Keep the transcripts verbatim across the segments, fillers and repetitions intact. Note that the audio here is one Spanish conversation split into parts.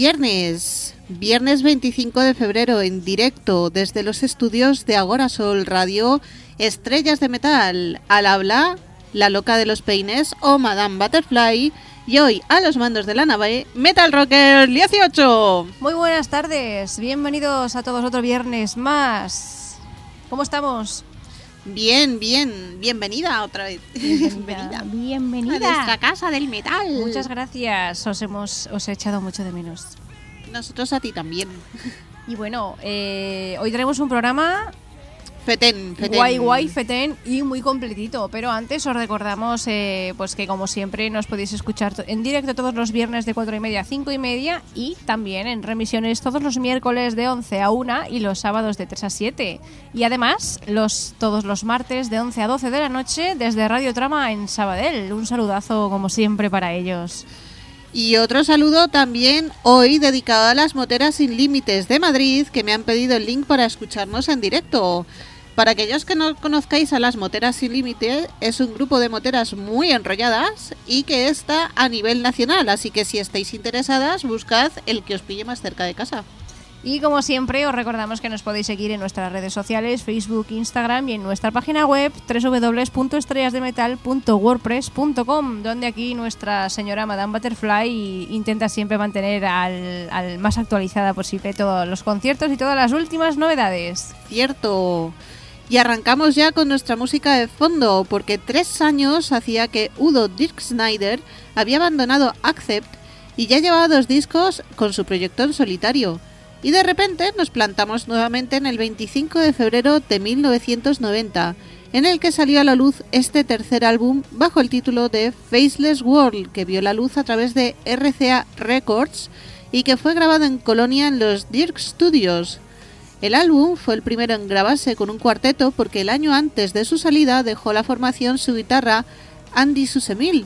viernes, viernes veinticinco de febrero, en directo desde los estudios de Agora Sol Radio, Estrellas de Metal, al habla la loca de los peines o Madame Butterfly, y hoy a los mandos de la nave Metal Rocker dieciocho. Muy buenas tardes, bienvenidos a todos otro viernes más. ¿Cómo estamos? Bien, bien, bienvenida otra vez. Bienvenida, bienvenida a nuestra casa del metal. Muchas gracias, os hemos os he echado mucho de menos. Nosotros a ti también. Y bueno, eh, hoy tenemos un programa fetén, fetén. guay, guay, fetén y muy completito. Pero antes os recordamos eh, pues que como siempre nos podéis escuchar en directo todos los viernes de cuatro y media a cinco y media y también en remisiones todos los miércoles de once a una y los sábados de tres a siete. Y además los todos los martes de once a doce de la noche desde Radio Trama en Sabadell. Un saludazo como siempre para ellos. Y otro saludo también hoy dedicado a las Moteras Sin Límites de Madrid, que me han pedido el link para escucharnos en directo. Para aquellos que no conozcáis a las Moteras Sin Límites, es un grupo de moteras muy enrolladas y que está a nivel nacional, así que si estáis interesadas, buscad el que os pille más cerca de casa. Y como siempre os recordamos que nos podéis seguir en nuestras redes sociales, Facebook, Instagram y en nuestra página web doble u doble u doble u punto estrellas de metal punto wordpress punto com, donde aquí nuestra señora Madame Butterfly intenta siempre mantener al, al más actualizada posible todos los conciertos y todas las últimas novedades. Cierto. Y arrancamos ya con nuestra música de fondo, porque tres años hacía que Udo Dirk Snyder había abandonado Accept y ya llevaba dos discos con su proyecto en solitario. Y de repente nos plantamos nuevamente en el veinticinco de febrero de mil novecientos noventa, en el que salió a la luz este tercer álbum bajo el título de Faceless World, que vio la luz a través de R C A Records y que fue grabado en Colonia en los Dirk Studios. El álbum fue el primero en grabarse con un cuarteto porque el año antes de su salida dejó la formación su guitarra Andy Susemil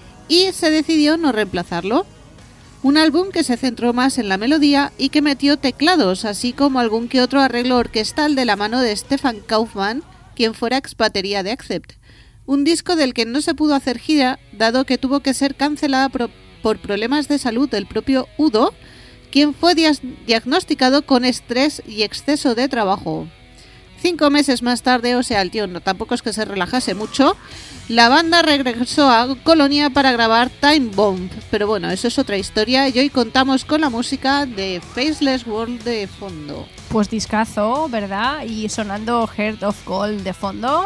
y se decidió no reemplazarlo. Un álbum que se centró más en la melodía y que metió teclados, así como algún que otro arreglo orquestal de la mano de Stefan Kaufmann, quien fuera ex batería de Accept. Un disco del que no se pudo hacer gira, dado que tuvo que ser cancelada por, por problemas de salud del propio Udo, quien fue dias- diagnosticado con estrés y exceso de trabajo. Cinco meses más tarde, o sea, el tío no, tampoco es que se relajase mucho, la banda regresó a Colonia para grabar Time Bomb. Pero bueno, eso es otra historia y hoy contamos con la música de Faceless World de fondo. Pues discazo, ¿verdad? Y sonando Heart of Gold de fondo,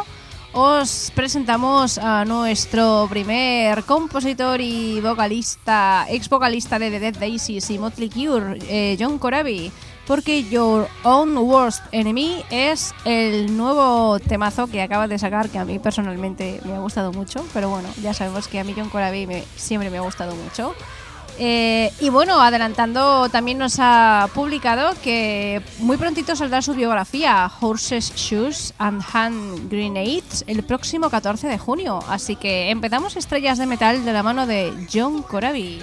os presentamos a nuestro primer compositor y vocalista, ex vocalista de The Dead Daisies y Motley Crue, eh, John Corabi, porque Your Own Worst Enemy es el nuevo temazo que acaba de sacar, que a mí personalmente me ha gustado mucho, pero bueno, ya sabemos que a mí John Corabi me, siempre me ha gustado mucho. Eh, y bueno, adelantando, también nos ha publicado que muy prontito saldrá su biografía Horses, Shoes and Hand Grenades el próximo catorce de junio. Así que empezamos Estrellas de Metal de la mano de John Corabi.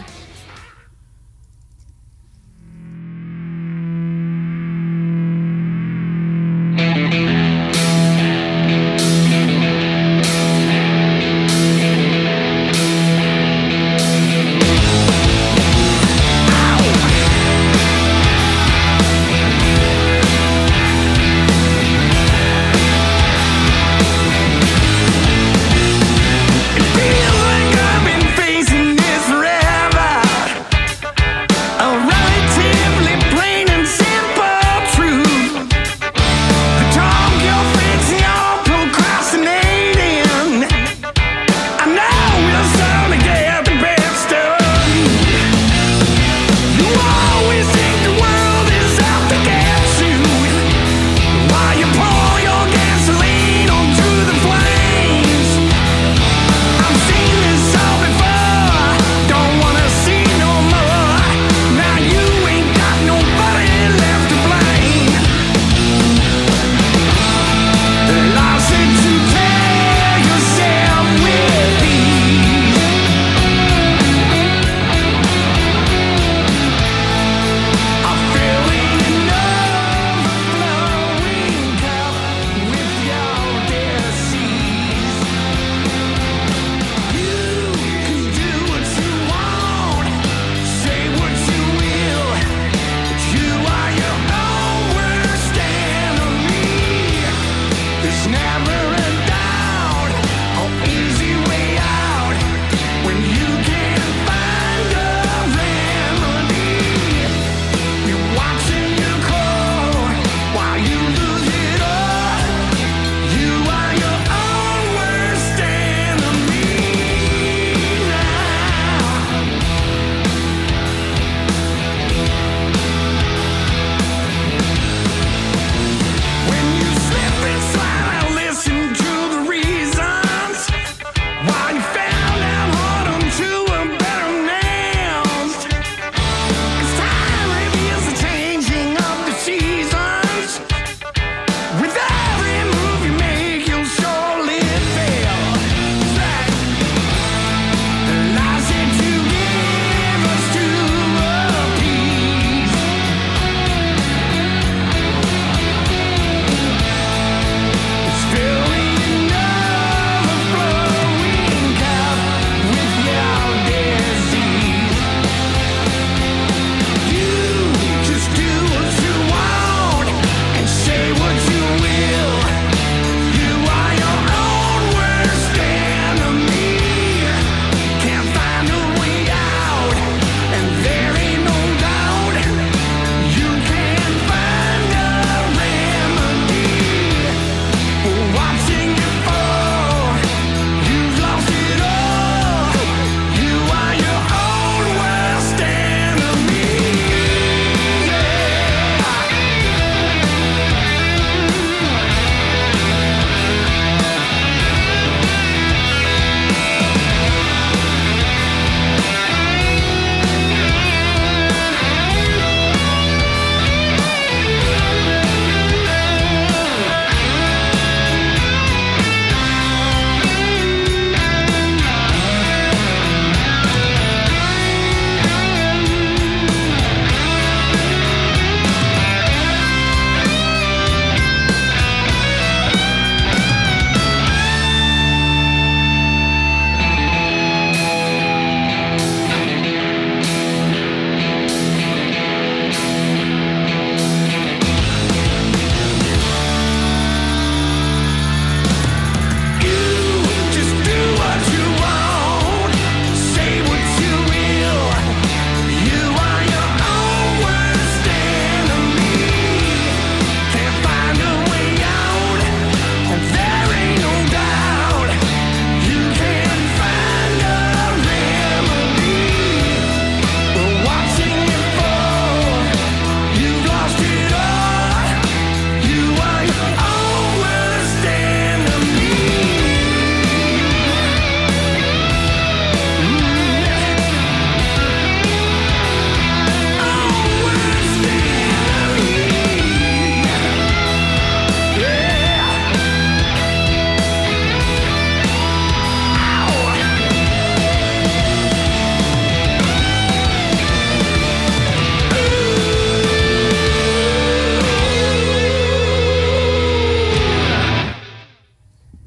Feels like I've been facing this forever.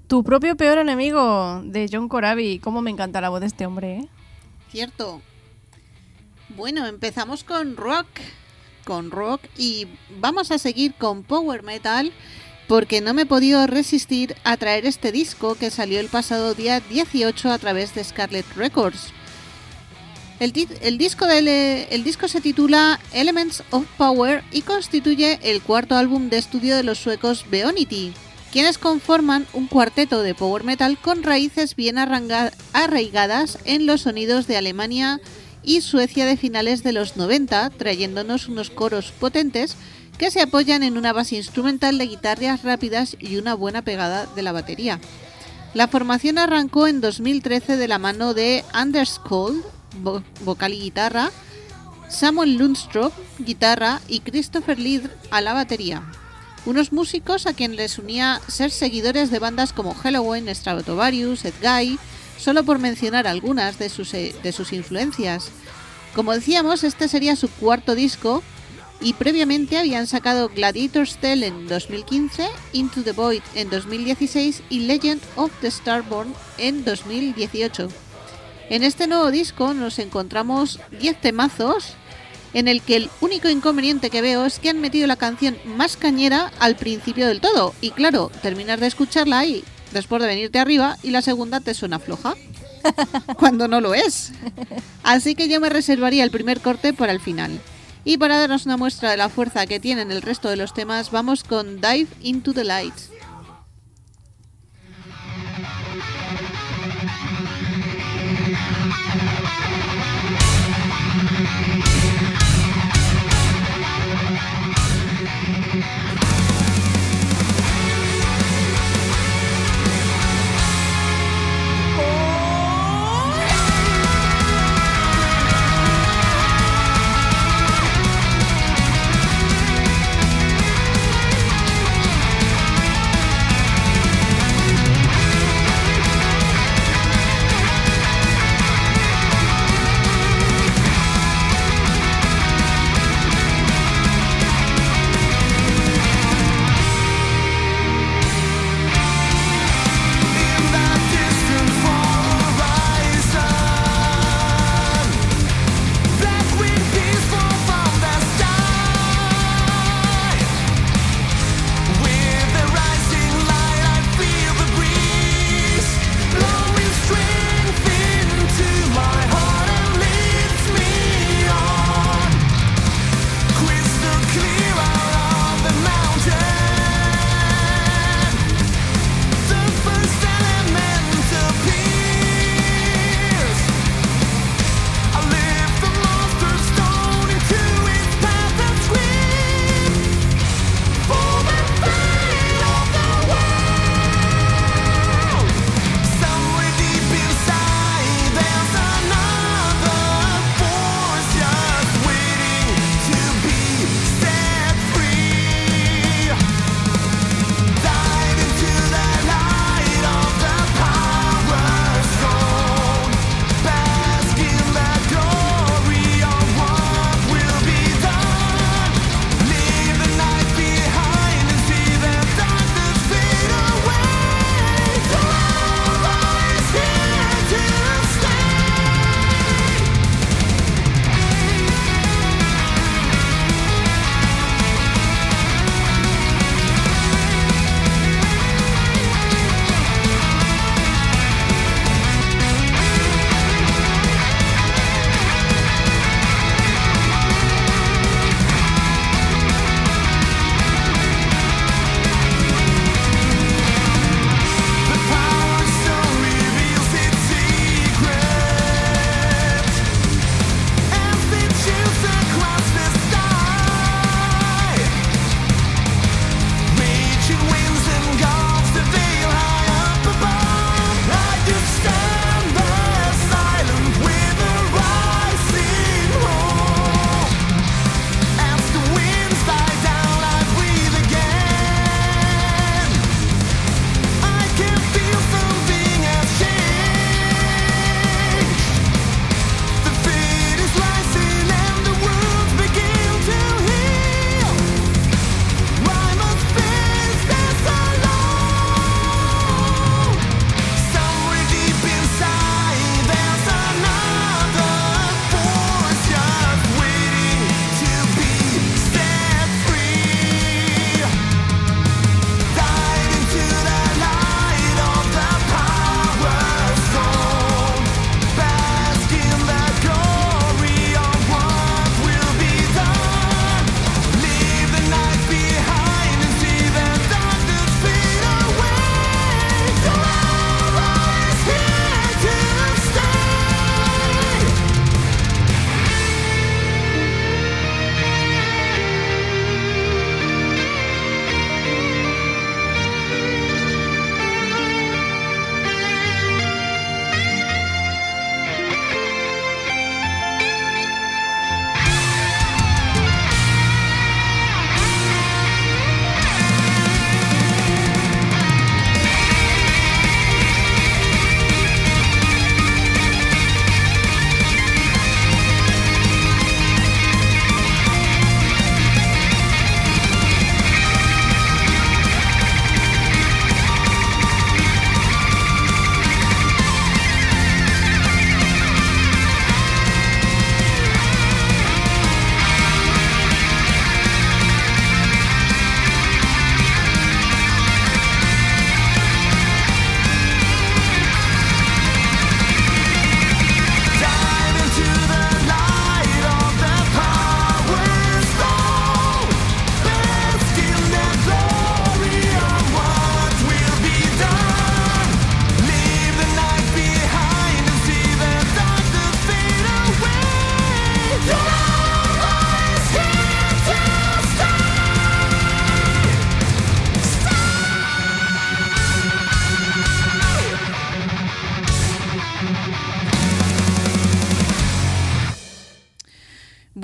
Tu propio peor enemigo, de John Corabi. Cómo me encanta la voz de este hombre, ¿eh? Cierto. Bueno, empezamos con rock. Con rock y vamos a seguir con power metal porque no me he podido resistir a traer este disco que salió el pasado día dieciocho a través de Scarlet Records. El, el, disco de, el disco se titula Elements of Power y constituye el cuarto álbum de estudio de los suecos Beonity, quienes conforman un cuarteto de power metal con raíces bien arraigadas en los sonidos de Alemania y Suecia de finales de los noventa, trayéndonos unos coros potentes que se apoyan en una base instrumental de guitarras rápidas y una buena pegada de la batería. La formación arrancó en dos mil trece de la mano de Anders Kold, vo- vocal y guitarra, Samuel Lundström, guitarra, y Christopher Lied a la batería. Unos músicos a quienes les unía ser seguidores de bandas como Helloween, Stratovarius, Edguy, solo por mencionar algunas de sus, eh, de sus influencias. Como decíamos, este sería su cuarto disco y previamente habían sacado Gladiator's Tale en dos mil quince, Into the Void en dos mil dieciséis y Legend of the Starborn en dos mil dieciocho. En este nuevo disco nos encontramos diez temazos, en el que el único inconveniente que veo es que han metido la canción más cañera al principio del todo. Y claro, terminas de escucharla ahí después de venirte arriba y la segunda te suena floja, cuando no lo es. Así que yo me reservaría el primer corte para el final. Y para darnos una muestra de la fuerza que tienen el resto de los temas, vamos con Dive into the Light.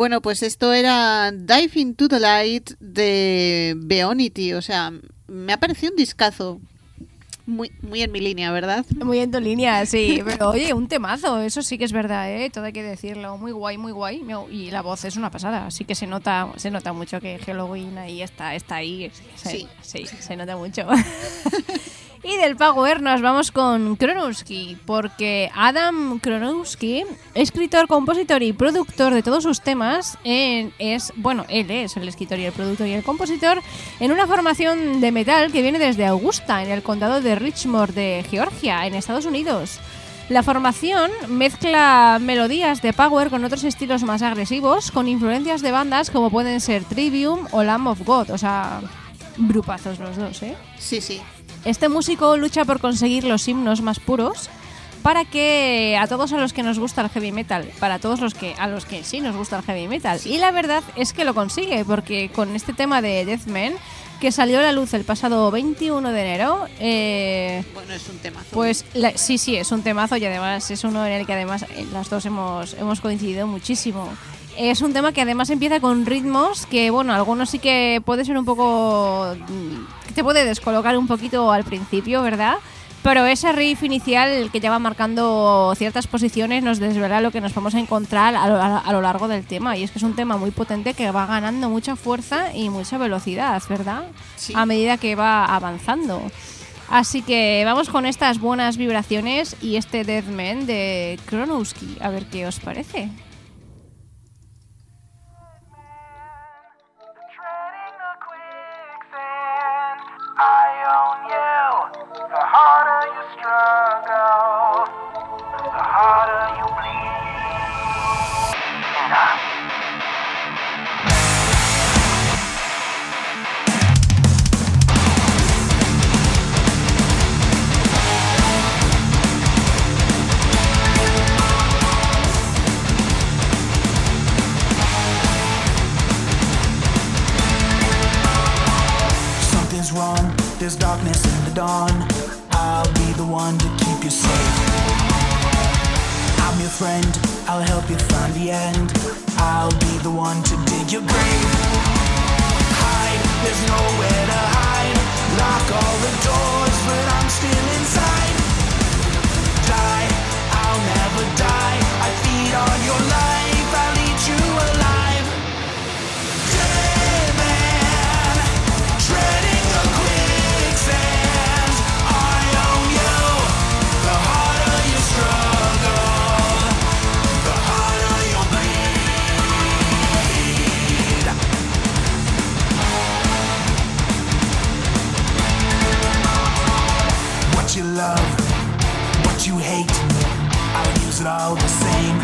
Bueno, pues esto era Dive into the Light de Beonity. O sea, me ha parecido un discazo. Muy, muy en mi línea, ¿verdad? Muy en tu línea, sí. Pero oye, un temazo, eso sí que es verdad, ¿eh? Todo hay que decirlo. Muy guay, muy guay. Y la voz es una pasada. Así que se nota, se nota mucho que Halloween ahí está, está ahí. Sí, sí, sí, se nota mucho. Y del Power nos vamos con Chronowski, porque Adam Chronowski, escritor, compositor y productor de todos sus temas, en, es, bueno, él es el escritor y el productor y el compositor en una formación de metal que viene desde Augusta, en el condado de Richmond de Georgia, en Estados Unidos. La formación mezcla melodías de power con otros estilos más agresivos, con influencias de bandas como pueden ser Trivium o Lamb of God, o sea, grupazos los dos, ¿eh? Sí, sí. Este músico lucha por conseguir los himnos más puros para que a todos a los que nos gusta el heavy metal, para todos los que a los que sí nos gusta el heavy metal. Sí. Y la verdad es que lo consigue, porque con este tema de Deathman, que salió a la luz el pasado veintiuno de enero... Eh, bueno, es un temazo. Pues la, sí, sí, es un temazo y además es uno en el que además las dos hemos, hemos coincidido muchísimo. Es un tema que además empieza con ritmos que, bueno, algunos sí que puede ser un poco... te puede descolocar un poquito al principio, ¿verdad? Pero ese riff inicial que ya va marcando ciertas posiciones nos desvela lo que nos vamos a encontrar a lo, a lo largo del tema. Y es que es un tema muy potente que va ganando mucha fuerza y mucha velocidad, ¿verdad? Sí. A medida que va avanzando. Así que vamos con estas buenas vibraciones y este Deathman de Chronowski. A ver qué os parece. I own you. The harder you struggle, the harder you bleed. Something's wrong, there's darkness in the dawn. I'll be the one to keep you safe. I'm your friend, I'll help you find the end. I'll be the one to dig your grave. Hide, there's nowhere to hide. Lock all the doors, but I'm still inside. Die, I'll never die. I feed on your life, I'll eat you alive. Dead man, treading the quicksand. I own you. The harder you struggle, the harder you'll bleed. What you love, what you hate, I'll use it all the same.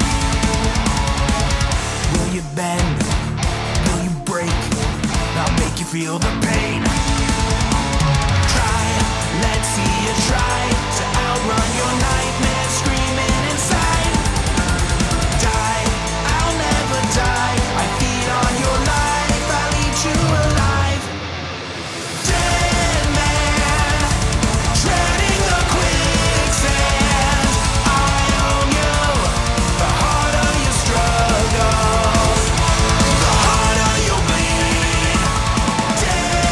Will you bend? Will you break? I'll make you feel the pain. Try, let's see you try to outrun your nightmares screaming inside. Die, I'll never die. I feed on your life, I'll eat you alive. Dead man, treading the quicksand. I own you. The harder you struggle, the harder you'll bleed. Dead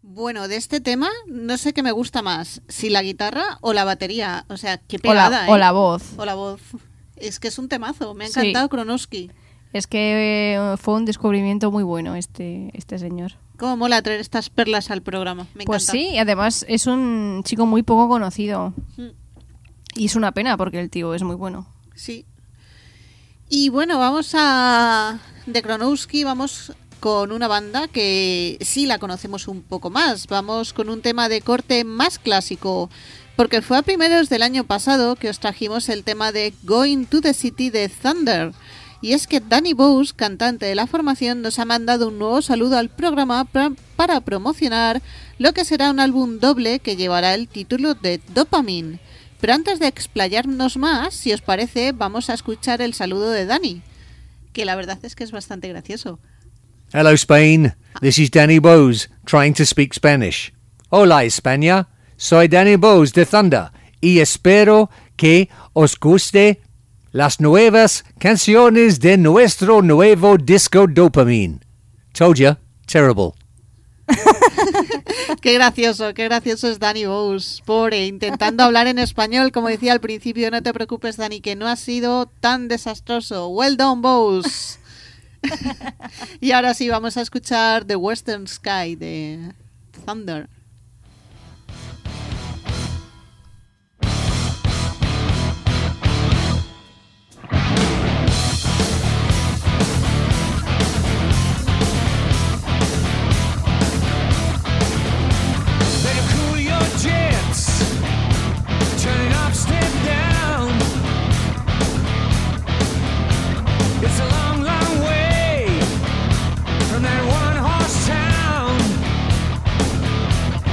Bueno, de este tema no sé qué me gusta más, si la guitarra o la batería. O sea, qué pegada, o la, o ¿eh? la voz. O la voz. Es que es un temazo, me ha Sí. encantado Kronosky. Es que eh, fue un descubrimiento muy bueno este, este señor. Cómo mola traer estas perlas al programa, me Pues encanta. sí, y además es un chico muy poco conocido. Mm. Y es una pena porque el tío es muy bueno. Sí. Y bueno, vamos a... De Kronosky vamos con una banda que sí la conocemos un poco más. Vamos con un tema de corte más clásico, porque fue a primeros del año pasado que os trajimos el tema de Going to the City de Thunder. Y es que Danny Bowes, cantante de la formación, nos ha mandado un nuevo saludo al programa pra- para promocionar lo que será un álbum doble que llevará el título de Dopamine. Pero antes de explayarnos más, si os parece, vamos a escuchar el saludo de Danny, que la verdad es que es bastante gracioso. Hello, Spain. This is Danny Bowes, trying to speak Spanish. Hola, España. Soy Danny Bowes de Thunder y espero que os guste las nuevas canciones de nuestro nuevo disco Dopamine. Told ya, terrible. Qué gracioso, qué gracioso es Danny Bowes, pobre, intentando hablar en español, como decía al principio. No te preocupes, Danny, que no ha sido tan desastroso. Well done, Bowes. Y ahora sí, vamos a escuchar The Western Sky de Thunder. Better cool your jets, turn it up, step down. It's a long, long way from that one horse town.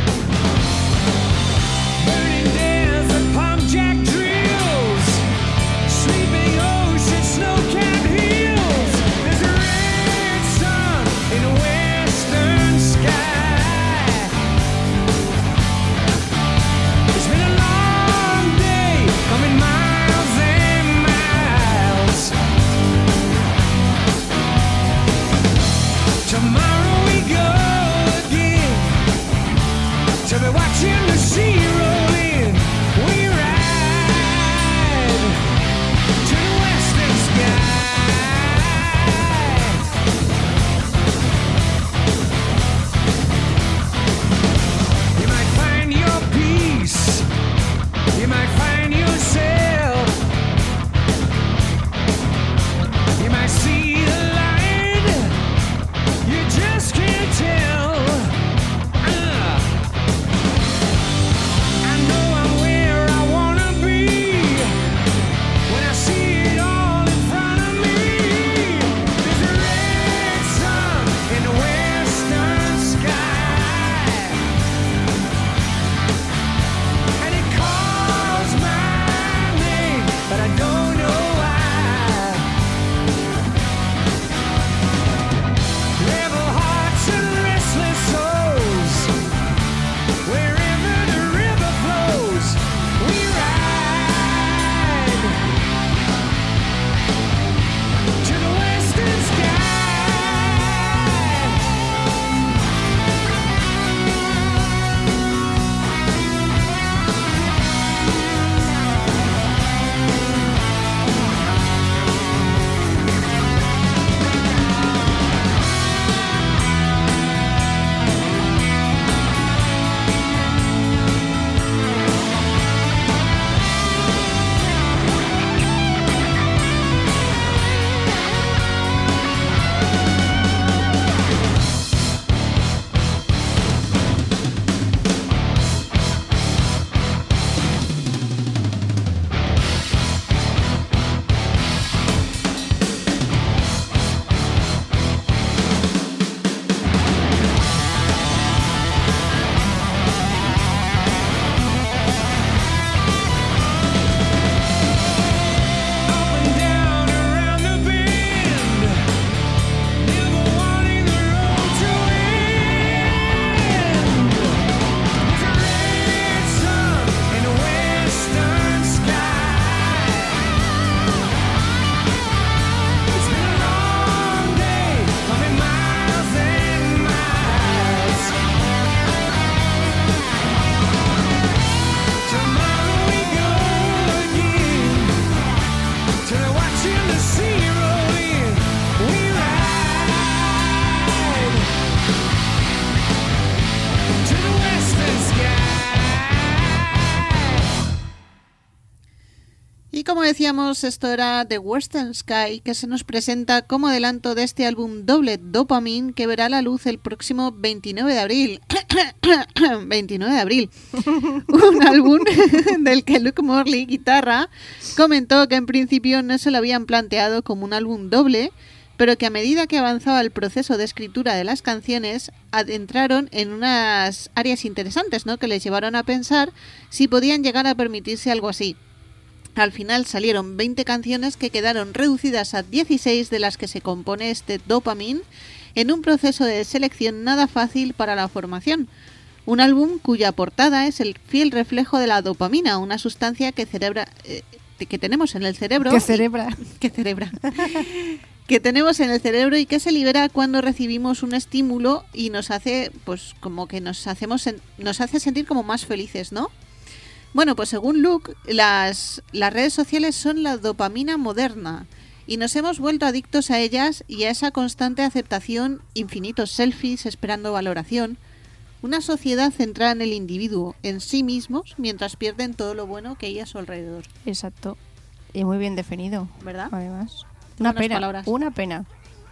decíamos, esto era The Western Sky, que se nos presenta como adelanto de este álbum doble Dopamine, que verá la luz el próximo veintinueve de abril. veintinueve de abril. Un álbum del que Luke Morley, guitarra, comentó que en principio no se lo habían planteado como un álbum doble, pero que a medida que avanzaba el proceso de escritura de las canciones, adentraron en unas áreas interesantes, ¿no?, que les llevaron a pensar si podían llegar a permitirse algo así. Al final salieron veinte canciones que quedaron reducidas a dieciséis, de las que se compone este Dopamine, en un proceso de selección nada fácil para la formación. Un álbum cuya portada es el fiel reflejo de la dopamina, una sustancia que cerebra, eh, que tenemos en el cerebro. Que cerebra. Que cerebra. que tenemos en el cerebro y que se libera cuando recibimos un estímulo y nos hace, pues, como que nos hacemos, nos hace sentir como más felices, ¿no? Bueno, pues según Luke, las, las redes sociales son la dopamina moderna y nos hemos vuelto adictos a ellas y a esa constante aceptación, infinitos selfies esperando valoración, una sociedad centrada en el individuo, en sí mismos, mientras pierden todo lo bueno que hay a su alrededor. Exacto. Y muy bien definido, ¿Verdad? Además. Una Buenas pena, palabras. una pena.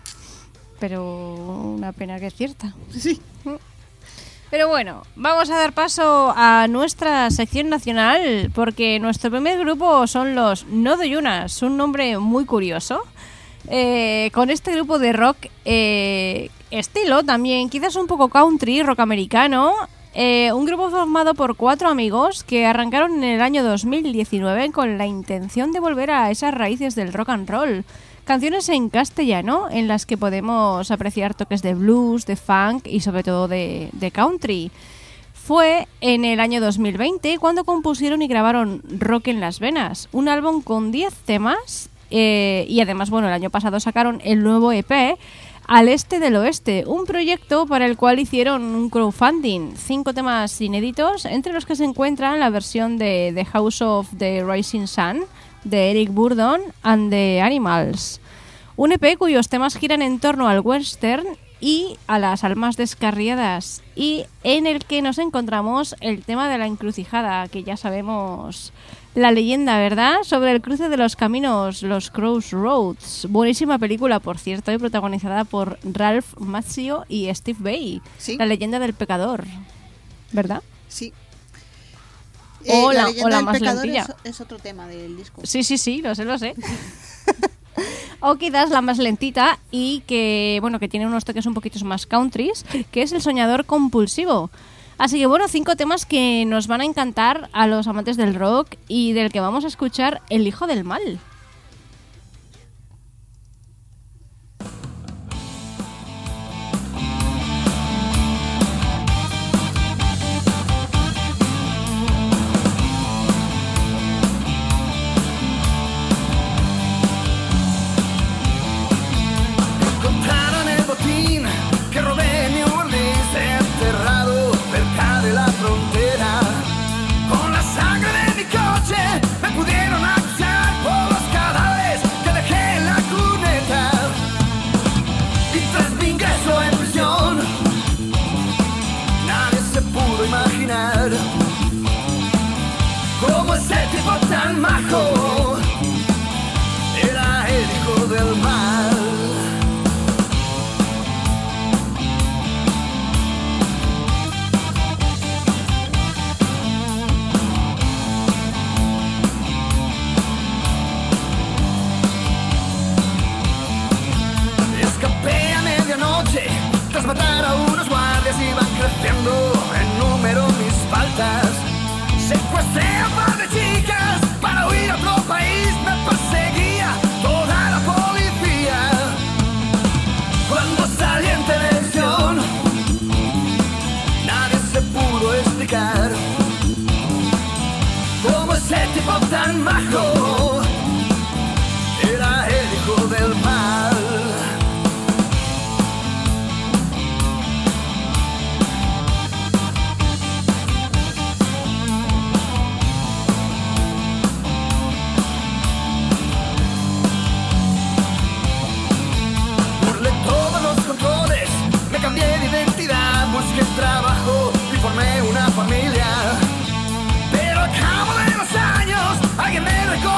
Pero una pena que es cierta. Sí. Pero bueno, vamos a dar paso a nuestra sección nacional, porque nuestro primer grupo son los Nodo Yunas, un nombre muy curioso. Eh, con este grupo de rock eh, estilo también, quizás un poco country, rock americano. Eh, un grupo formado por cuatro amigos que arrancaron en el año dos mil diecinueve con la intención de volver a esas raíces del rock and roll. Canciones en castellano en las que podemos apreciar toques de blues, de funk y sobre todo de, de country. Fue en el año dos mil veinte cuando compusieron y grabaron Rock en las Venas, un álbum con diez temas eh, y además, bueno, el año pasado sacaron el nuevo E P Al Este del Oeste, un proyecto para el cual hicieron un crowdfunding, cinco temas inéditos, entre los que se encuentran la versión de The House of the Rising Sun, de Eric Burdon and the Animals. Un E P cuyos temas giran en torno al western y a las almas descarriadas, y en el que nos encontramos el tema de la encrucijada, que ya sabemos la leyenda, ¿verdad?, sobre el cruce de los caminos, los Crossroads. Buenísima película, por cierto, y protagonizada por Ralph Macchio y Steve Vai. Sí. La leyenda del pecador, ¿verdad? Sí. O Eh, la- leyenda o la del más pecador lentilla. es, es otro tema del disco. Sí, sí, sí, lo sé, lo sé. O quizás la más lentita y que, bueno, que tiene unos toques un poquito más countries, que es El Soñador Compulsivo. Así que, bueno, cinco temas que nos van a encantar a los amantes del rock y del que vamos a escuchar El Hijo del Mal. Encontraron el botín que robé en New Orleans, enterrado cerca de la frontera. Con la sangre de mi coche me pudieron acusar por los cadáveres que dejé en la cuneta. Y tras mi ingreso en prisión, nadie se pudo imaginar cómo ese tipo tan majo era el hijo del mal. Escapé a medianoche tras matar a unos guardias, iban creciendo en número mis faltas. Secuestré a un par de chicas para huir a otro país, me perseguía toda la policía. Cuando salí en televisión, nadie se pudo explicar cómo ese tipo tan majo era el hijo del mal. Burlé todos los controles, me cambié de identidad, busqué trabajo y formé una familia. Pero al cabo de los años, alguien me recordó.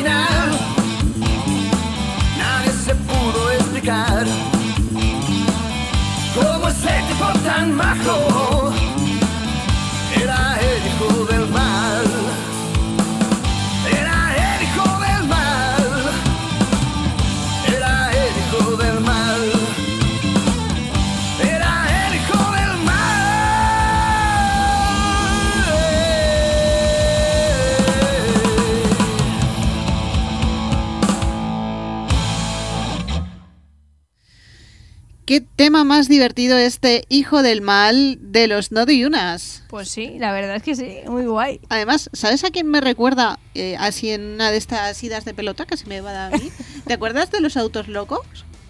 final nadie se pudo explicar cómo ese tipo tan majo era el hijo del mal. Era el hijo del mal. Era el hijo del mal. Era el hijo del mal. ¿Qué tema más divertido este hijo del mal de los No Unas? Pues sí, la verdad es que sí, muy guay. Además, ¿sabes a quién me recuerda eh, así en una de estas idas de pelota que se me va a dar a mí? ¿Te acuerdas de los autos locos?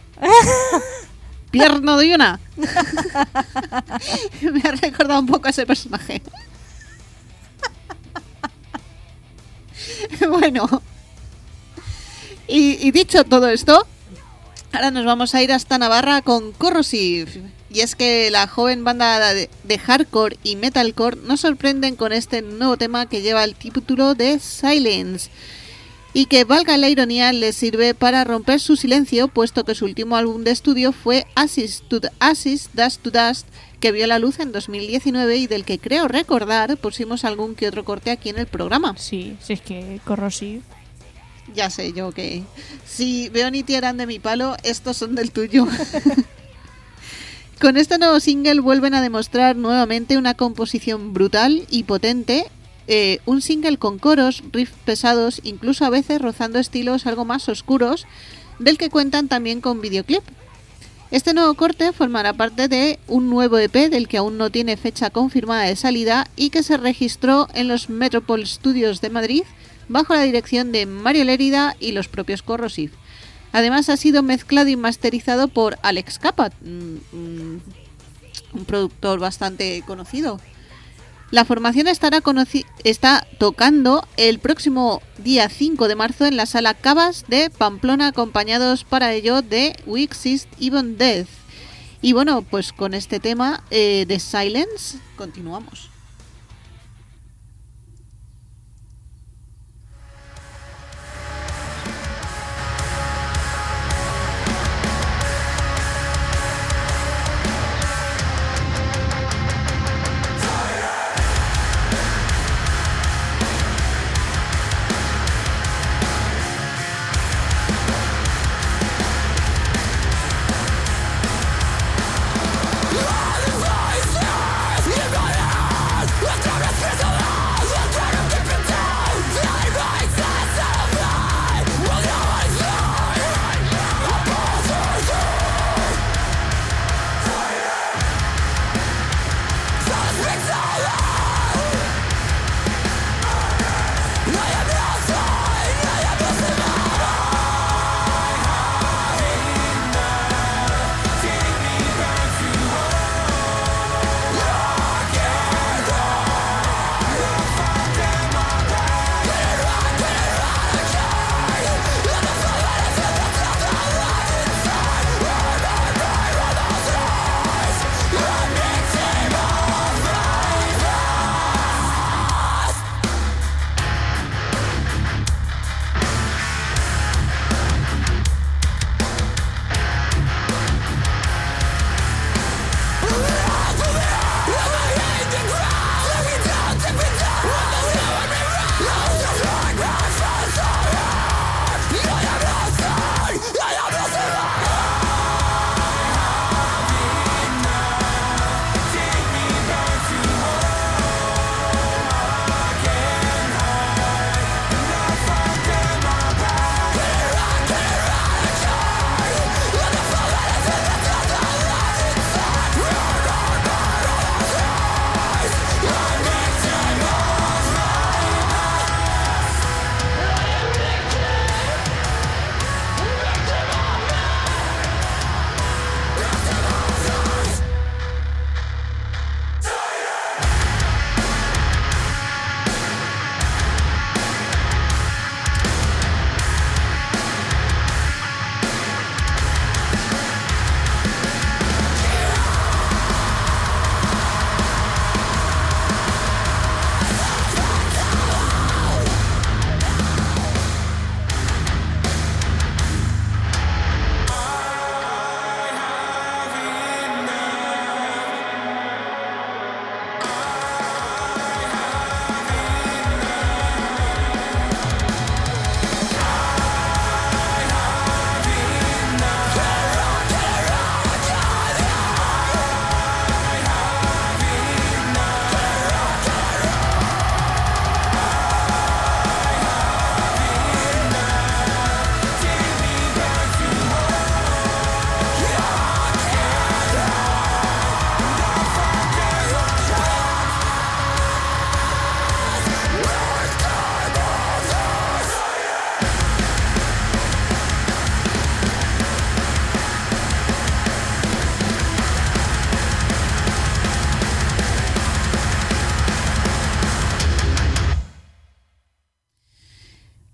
Pierre No Una. Me ha recordado un poco a ese personaje. Bueno, y, y dicho todo esto, ahora nos vamos a ir hasta Navarra con Corrosive. Y es que la joven banda de, de hardcore y metalcore nos sorprenden con este nuevo tema que lleva el título de Silence. Y que, valga la ironía, les sirve para romper su silencio, puesto que su último álbum de estudio fue Ashes to Ashes, Dust to Dust, que vio la luz en dos mil diecinueve y del que creo recordar pusimos algún que otro corte aquí en el programa. Sí, sí, es que Corrosive. Ya sé yo que si Beonity eran de mi palo, estos son del tuyo. Con este nuevo single vuelven a demostrar nuevamente una composición brutal y potente, eh, un single con coros, riffs pesados, incluso a veces rozando estilos algo más oscuros, del que cuentan también con videoclip. Este nuevo corte formará parte de un nuevo E P del que aún no tiene fecha confirmada de salida y que se registró en los Metropol Studios de Madrid bajo la dirección de Mario Lérida y los propios Corrosive. Además ha sido mezclado y masterizado por Alex Capa, un, un productor bastante conocido. La formación estará conoci- está tocando el próximo día cinco de marzo en la sala Cabas de Pamplona, acompañados para ello de We Exist Even Death. Y bueno, pues con este tema eh, de Silence continuamos. All the voices, you're gonna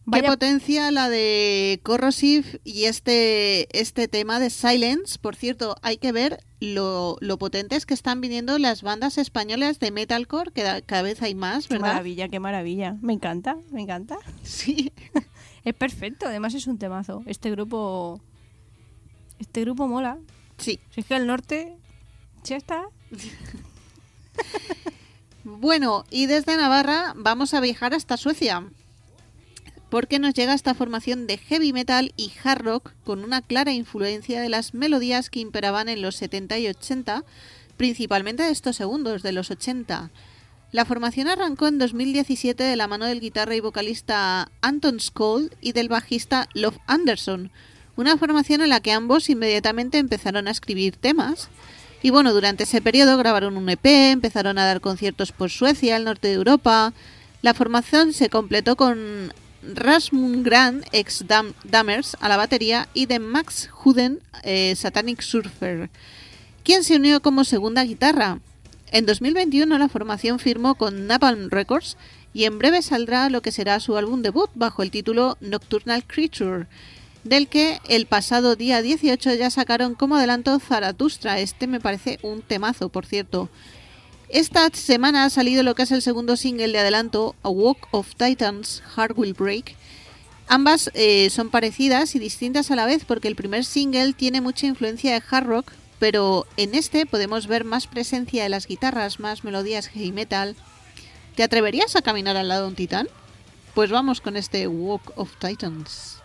Vaya- Qué potencia la de Corrosive y este, este tema de Silence. Por cierto, hay que ver lo, lo potentes que están viniendo las bandas españolas de metalcore, que da- cada vez hay más, Qué ¿verdad? maravilla, qué maravilla. Me encanta, me encanta. Sí. Es perfecto, además es un temazo. Este grupo... Este grupo mola. Sí. Si es que el norte... Ya está. Bueno, y desde Navarra vamos a viajar hasta Suecia, porque nos llega esta formación de heavy metal y hard rock con una clara influencia de las melodías que imperaban en los setenta y ochenta, principalmente de estos segundos, de los ochenta. La formación arrancó en dos mil diecisiete de la mano del guitarra y vocalista Anton Skold y del bajista Love Anderson, una formación en la que ambos inmediatamente empezaron a escribir temas. Y bueno, durante ese periodo grabaron un E P, empezaron a dar conciertos por Suecia, el norte de Europa. La formación se completó con Rasmus Grand, ex Dam Dammers, a la batería, y de Max Huden, eh, Satanic Surfer, quien se unió como segunda guitarra. En dos mil veintiuno la formación firmó con Napalm Records y en breve saldrá lo que será su álbum debut bajo el título Nocturnal Creature, del que el pasado día dieciocho ya sacaron como adelanto Zaratustra. Este me parece un temazo, por cierto. Esta semana ha salido lo que es el segundo single de adelanto, A Walk of Titans, Heart Will Break. Ambas eh, son parecidas y distintas a la vez porque el primer single tiene mucha influencia de hard rock, pero en este podemos ver más presencia de las guitarras, más melodías heavy metal. ¿Te atreverías a caminar al lado de un titán? Pues vamos con este Walk of Titans.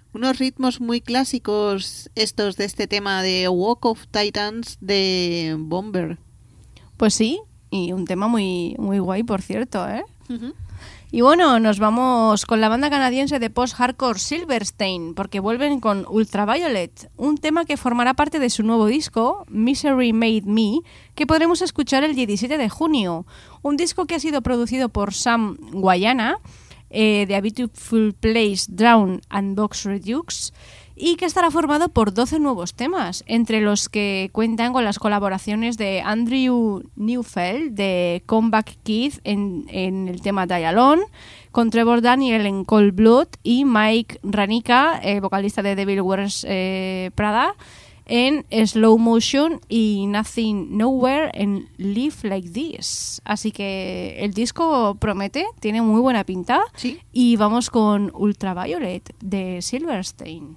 Unos ritmos muy clásicos estos de este tema de Walk of Titans de Bomber. Pues sí, y un tema muy, muy guay, por cierto, ¿eh? Uh-huh. Y bueno, nos vamos con la banda canadiense de post-hardcore Silverstein, porque vuelven con Ultraviolet, un tema que formará parte de su nuevo disco, Misery Made Me, que podremos escuchar el diecisiete de junio. Un disco que ha sido producido por Sam Guayana, eh, de A Beautiful Place, Drown and Box Redux, y que estará formado por doce nuevos temas, entre los que cuentan con las colaboraciones de Andrew Neufeld de Comeback Kid en, en el tema Die Alone, con Trevor Daniel en Cold Blood y Mike Ranica, eh, vocalista de Devil Wears eh, Prada, en Slow Motion y Nothing Nowhere en Live Like This. Así que el disco promete, tiene muy buena pinta. Sí. Y vamos con Ultraviolet de Silverstein.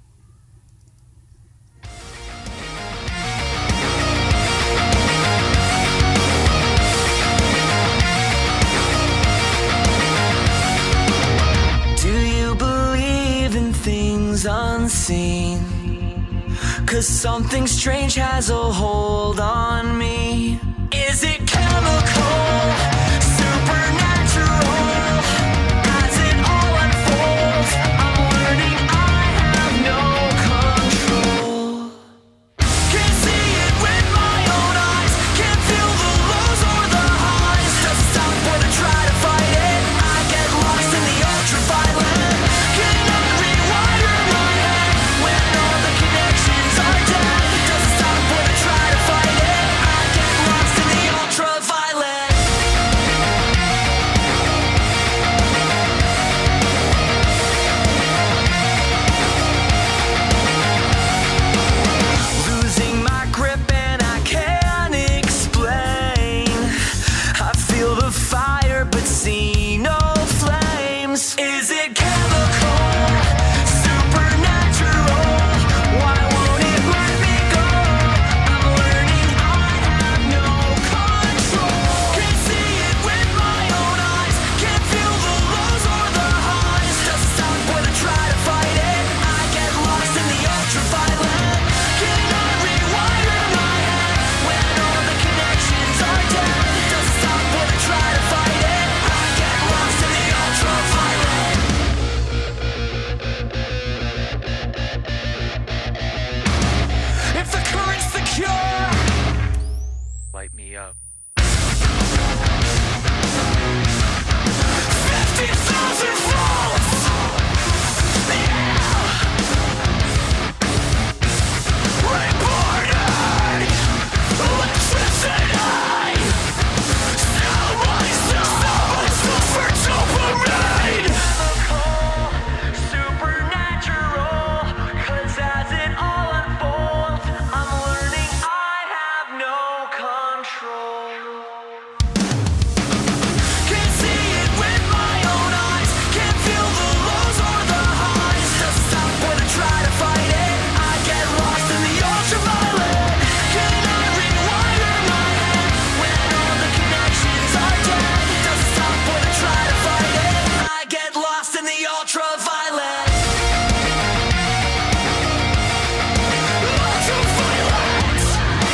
Unseen, 'cause something strange has a hold on me. Is it chemical, supernatural? As it all unfolds, I'm learning I have no control. Can't see it with my own eyes, can't feel the lows or the highs. Doesn't stop when I try to fight it, I get lost in the ultraviolet. Can I rewire my head when all the connections are dead? Doesn't stop when I try to fight it, I get lost in the ultraviolet. Losing my grip and I can't explain. I feel the fire but see no flames. Is it chemical, supernatural? Why won't it let me go? I'm learning I have no control. Can't see it with my own eyes, can't feel the lows or the highs. Doesn't stop when I try to fight it, I get lost in the ultraviolet. Can I rewire my head when all the connections are dead? Doesn't stop when I try to fight it, I get lost in the ultraviolet. If the current's the cure, Light me up. fifty thousand volts. Yeah. Reborn electricity. Sell myself, sell myself for dopamine. Chemical, supernatural. 'Cause as it all unfolds, I'm learning I have no control. Can't see it with my own eyes, can't feel the lows or the highs. Doesn't stop when I try to fight it, I get lost in the ultraviolet. Can I rewire my head when all the connections are dead? Doesn't stop when I try to fight it, I get lost in the ultraviolet. Ultraviolet.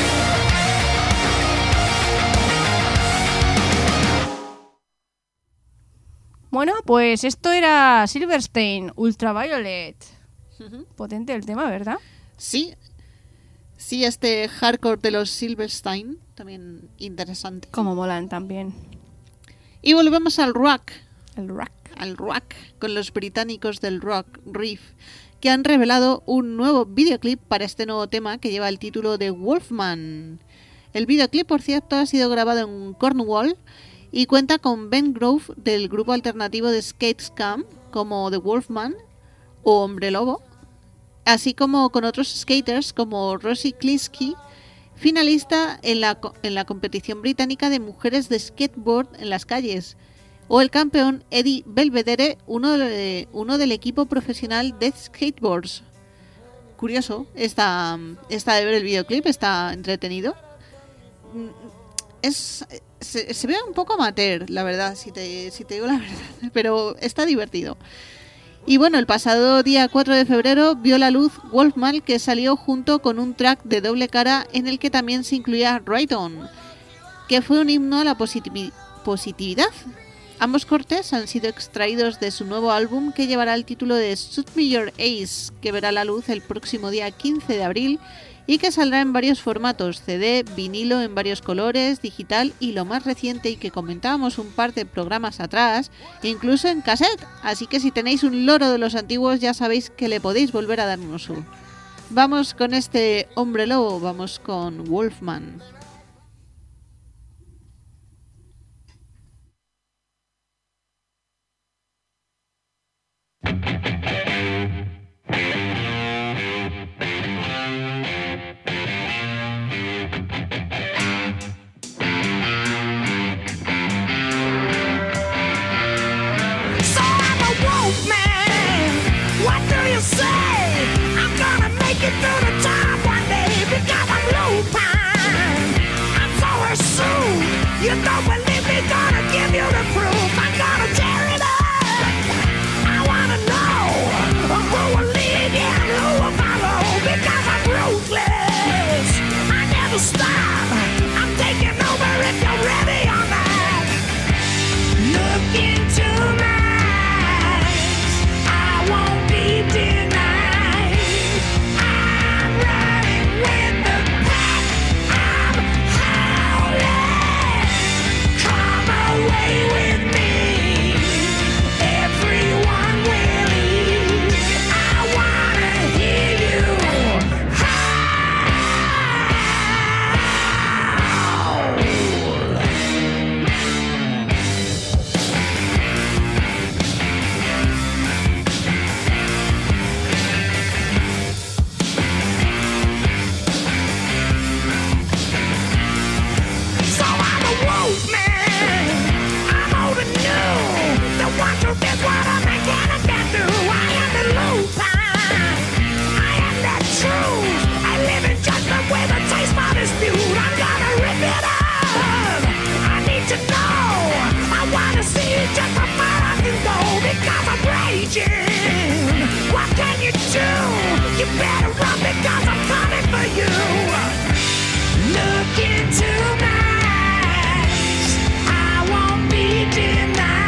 Bueno, pues esto era Silverstein, Ultraviolet. Uh-huh. Potente el tema, ¿verdad? Sí, sí, este hardcore de los Silverstein, también interesante. Como molan también. Y volvemos al rock, El rock. al rock, con los británicos del Rock Reef, que han revelado un nuevo videoclip para este nuevo tema que lleva el título de Wolfman. El videoclip, por cierto, ha sido grabado en Cornwall y cuenta con Ben Grove del grupo alternativo de Skate Scam como The Wolfman o Hombre Lobo, así como con otros skaters como Rosie Klinsky, finalista en la, co- en la competición británica de mujeres de skateboard en las calles, o el campeón Eddie Belvedere, uno, de- uno del equipo profesional de skateboards. Curioso, está, está de ver el videoclip, está entretenido. Mm, Es, se, se ve un poco amateur, la verdad, si te, si te digo la verdad, pero está divertido. Y bueno, el pasado día cuatro de febrero vio la luz Wolfman, que salió junto con un track de doble cara en el que también se incluía Right On, que fue un himno a la positivi- positividad. Ambos cortes han sido extraídos de su nuevo álbum, que llevará el título de Shoot Me Your Ace, que verá la luz el próximo día quince de abril y que saldrá en varios formatos: C D, vinilo en varios colores, digital y lo más reciente y que comentábamos un par de programas atrás, incluso en cassette. Así que si tenéis un loro de los antiguos ya sabéis que le podéis volver a dar un uso. Vamos con este hombre lobo, vamos con Wolfman. You don't believe me, gonna give you the proof. I'm gonna tear it up. I wanna know who will lead you and who will follow, because I'm ruthless. I never stop. I'm taking over if you're ready or not. Look into my eyes. I won't be denied. I'm running with the pack. I'm howling. Away with me, everyone will eat. I wanna hear you howl. So I'm a wolf man. That's what a mechanic can do. I am the lupine. I am that truth. I live in judgment with a taste for dispute. I'm gonna rip it up. I need to know. I wanna see just how far I can go, because I'm raging. What can you do? You better run, because I'm coming for you. Look into my eyes. I won't be denied.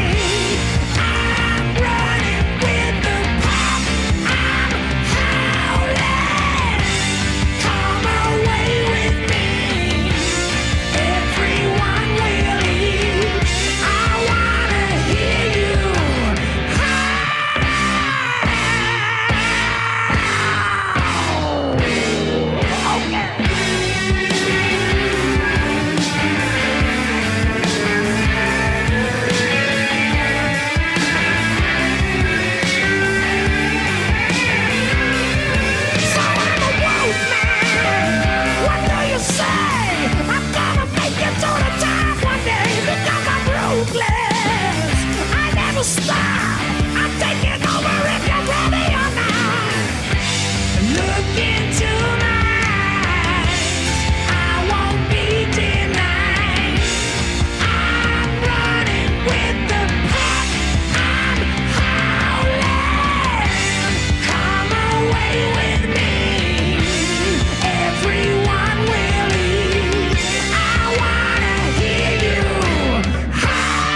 Stop! I'm taking over if you're ready or not. Look into my eyes. I won't be denied. I'm running with the pack. I'm howling. Come away with me. Everyone will eat. I wanna hear you howl.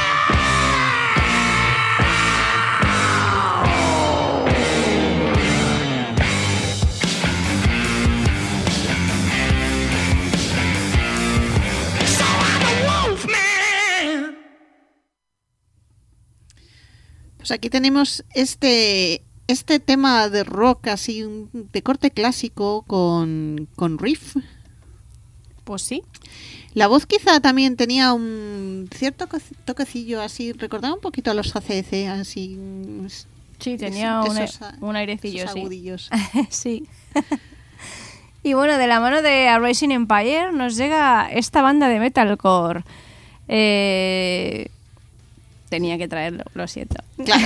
Pues aquí tenemos este este tema de rock así de corte clásico con, con riff. Pues sí. La voz quizá también tenía un cierto toquecillo así, recordaba un poquito a los A C D C, así. Sí, tenía esos, un, esos, un airecillo, esos sí. agudillos. Sí. Y bueno, de la mano de A Rising Empire nos llega esta banda de metalcore. Eh... Tenía que traerlo, lo siento. Claro.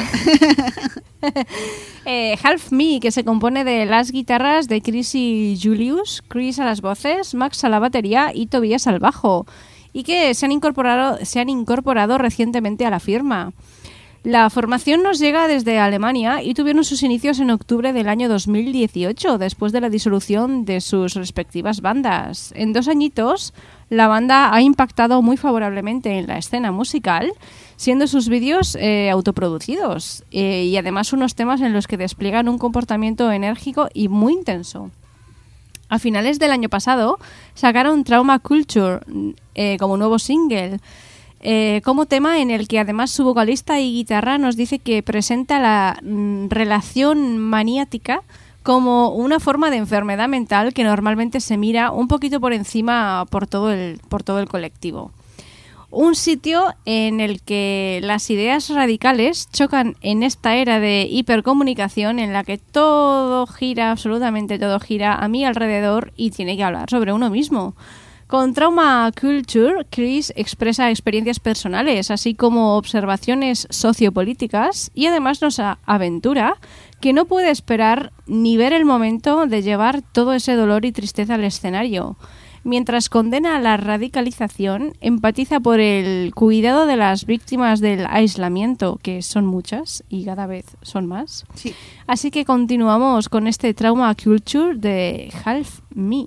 eh, Half Me, que se compone de las guitarras de Chris y Julius, Chris a las voces, Max a la batería y Tobias al bajo, y que se han incorporado, se han incorporado recientemente a la firma. La formación nos llega desde Alemania y tuvieron sus inicios en octubre del año dos mil dieciocho, después de la disolución de sus respectivas bandas. En dos añitos, la banda ha impactado muy favorablemente en la escena musical, siendo sus vídeos eh, autoproducidos eh, y además unos temas en los que despliegan un comportamiento enérgico y muy intenso. A finales del año pasado sacaron Trauma Culture eh, como nuevo single, eh, como tema en el que además su vocalista y guitarra nos dice que presenta la mm, relación maniática como una forma de enfermedad mental que normalmente se mira un poquito por encima por todo el, por todo el colectivo. Un sitio en el que las ideas radicales chocan en esta era de hipercomunicación en la que todo gira, absolutamente todo gira a mi alrededor y tiene que hablar sobre uno mismo. Con Trauma Culture, Chris expresa experiencias personales, así como observaciones sociopolíticas y además nos aventura que no puede esperar ni ver el momento de llevar todo ese dolor y tristeza al escenario. Mientras condena la radicalización, empatiza por el cuidado de las víctimas del aislamiento, que son muchas y cada vez son más. Sí. Así que continuamos con este Trauma Culture de Half Me.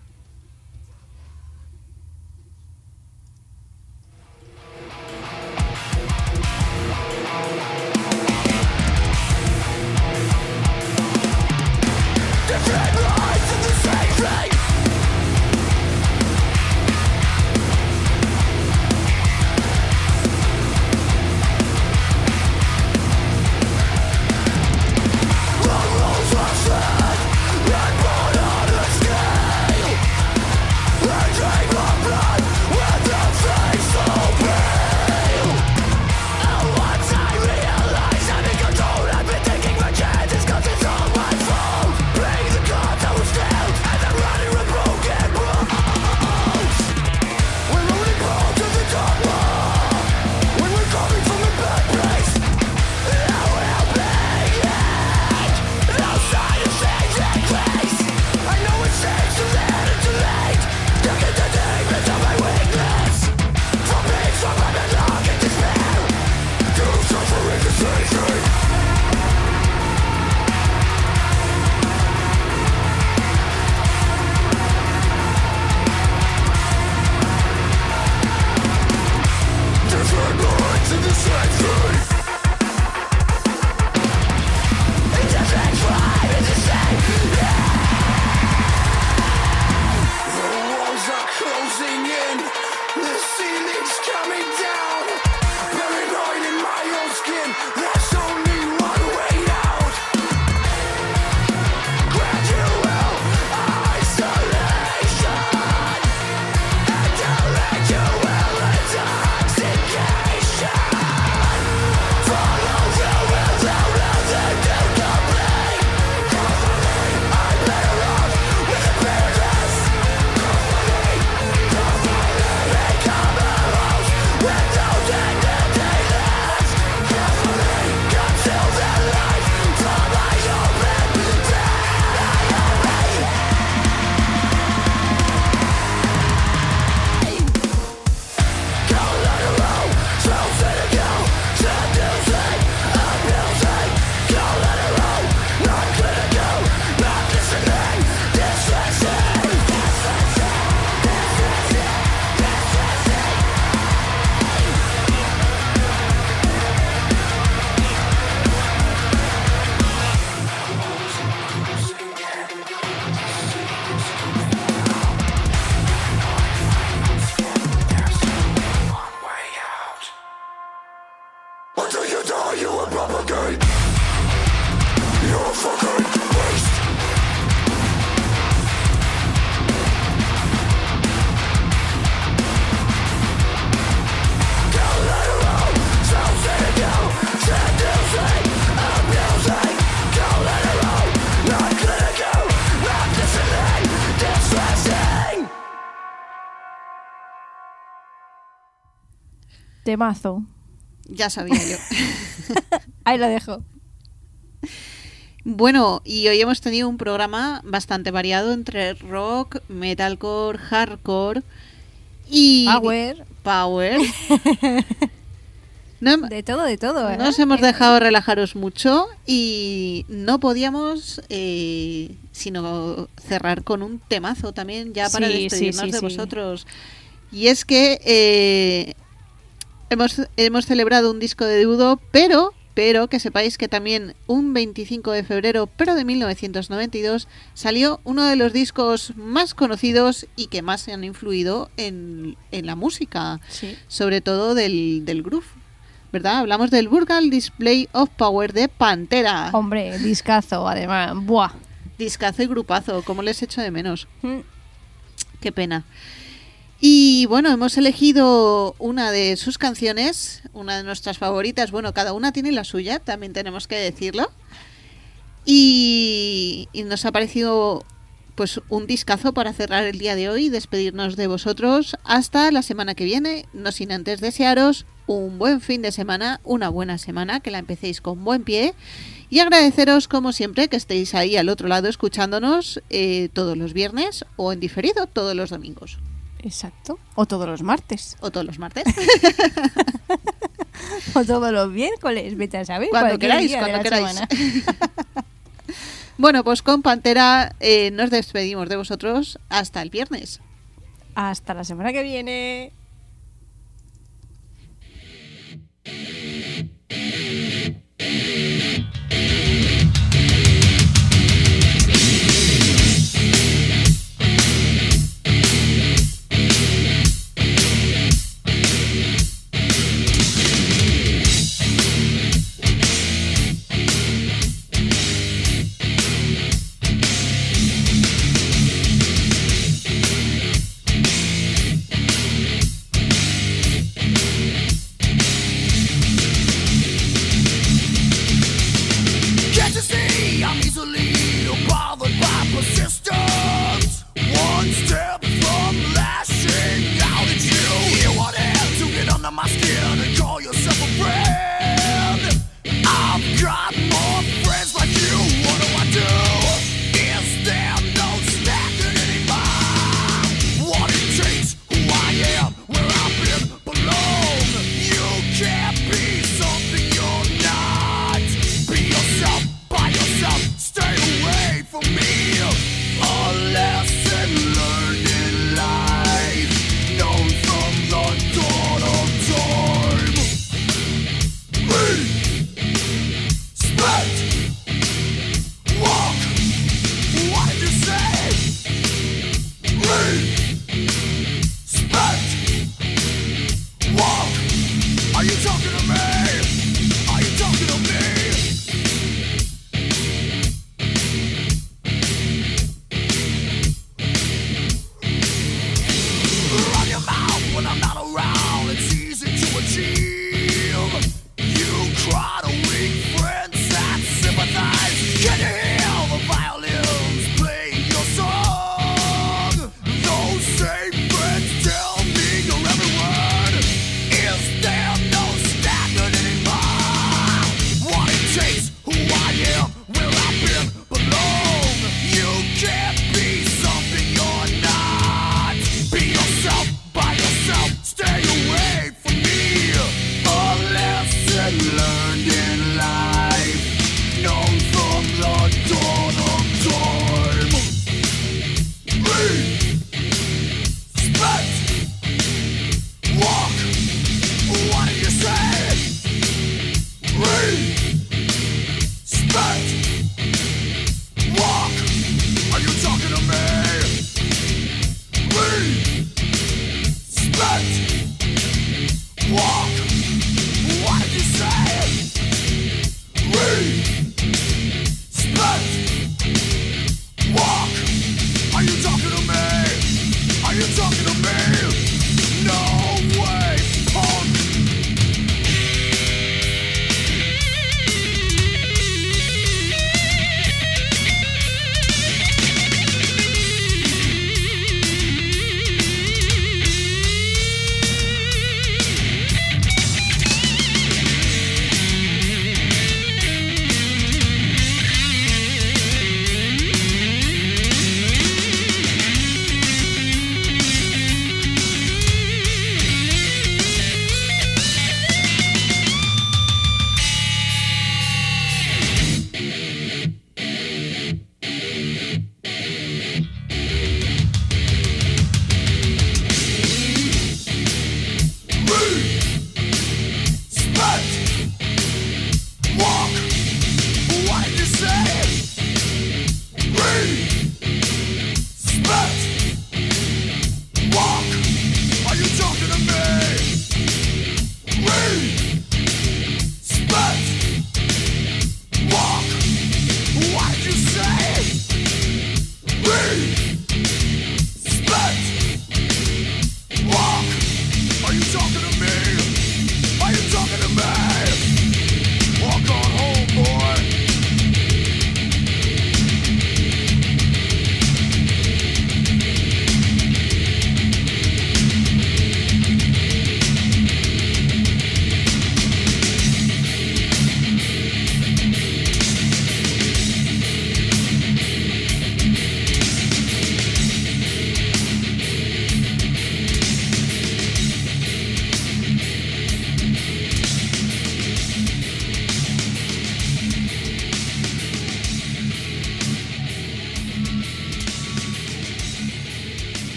Temazo. Ya sabía yo. Ahí lo dejo. Bueno, y hoy hemos tenido un programa bastante variado entre rock, metalcore, hardcore y... Power. Power. No hem- De todo, de todo. ¿eh? Nos hemos dejado relajaros mucho y no podíamos eh, sino cerrar con un temazo también ya para Sí, sí, despedirnos sí, de sí. vosotros. Y es que eh, hemos, hemos celebrado un disco de Udo, pero, pero que sepáis que también un veinticinco de febrero, pero de mil novecientos noventa y dos, salió uno de los discos más conocidos y que más se han influido en, en la música, Sí. sobre todo del, del groove. ¿Verdad? Hablamos del Vulgar Display of Power de Pantera. Hombre, discazo, además. Buah. Discazo y grupazo, como les echo de menos. Mm. Qué pena. Y bueno, hemos elegido una de sus canciones, una de nuestras favoritas. Bueno, cada una tiene la suya, también tenemos que decirlo. Y, y nos ha parecido pues un discazo para cerrar el día de hoy y despedirnos de vosotros hasta la semana que viene, no sin antes desearos un buen fin de semana, una buena semana, que la empecéis con buen pie y agradeceros como siempre que estéis ahí al otro lado escuchándonos eh, todos los viernes o en diferido todos los domingos Exacto. O todos los martes. o todos los martes. O todos los miércoles, vete a saber. Cuando cualquier queráis, día de cuando la queráis. semana. Bueno, pues con Pantera eh, nos despedimos de vosotros hasta el viernes. Hasta la semana que viene. Can't you see I'm easily bothered by persistence? One step from lashing out at you. You want to get under my skin and call yourself a friend. I've got more friends like you. What do I do? Is there no standing anymore? What it takes, who I am, where I've been, belong. You can't be something you're not. Be yourself, by yourself, stay away from me. A lesson learned in life, known from the dawn of time. Respect, walk. What did you say? Respect, walk. Are you talking to me? Are you talking to me? Run your mouth when I'm not around. It's easy to achieve. You cry to weak friends that sympathize. Can you hear?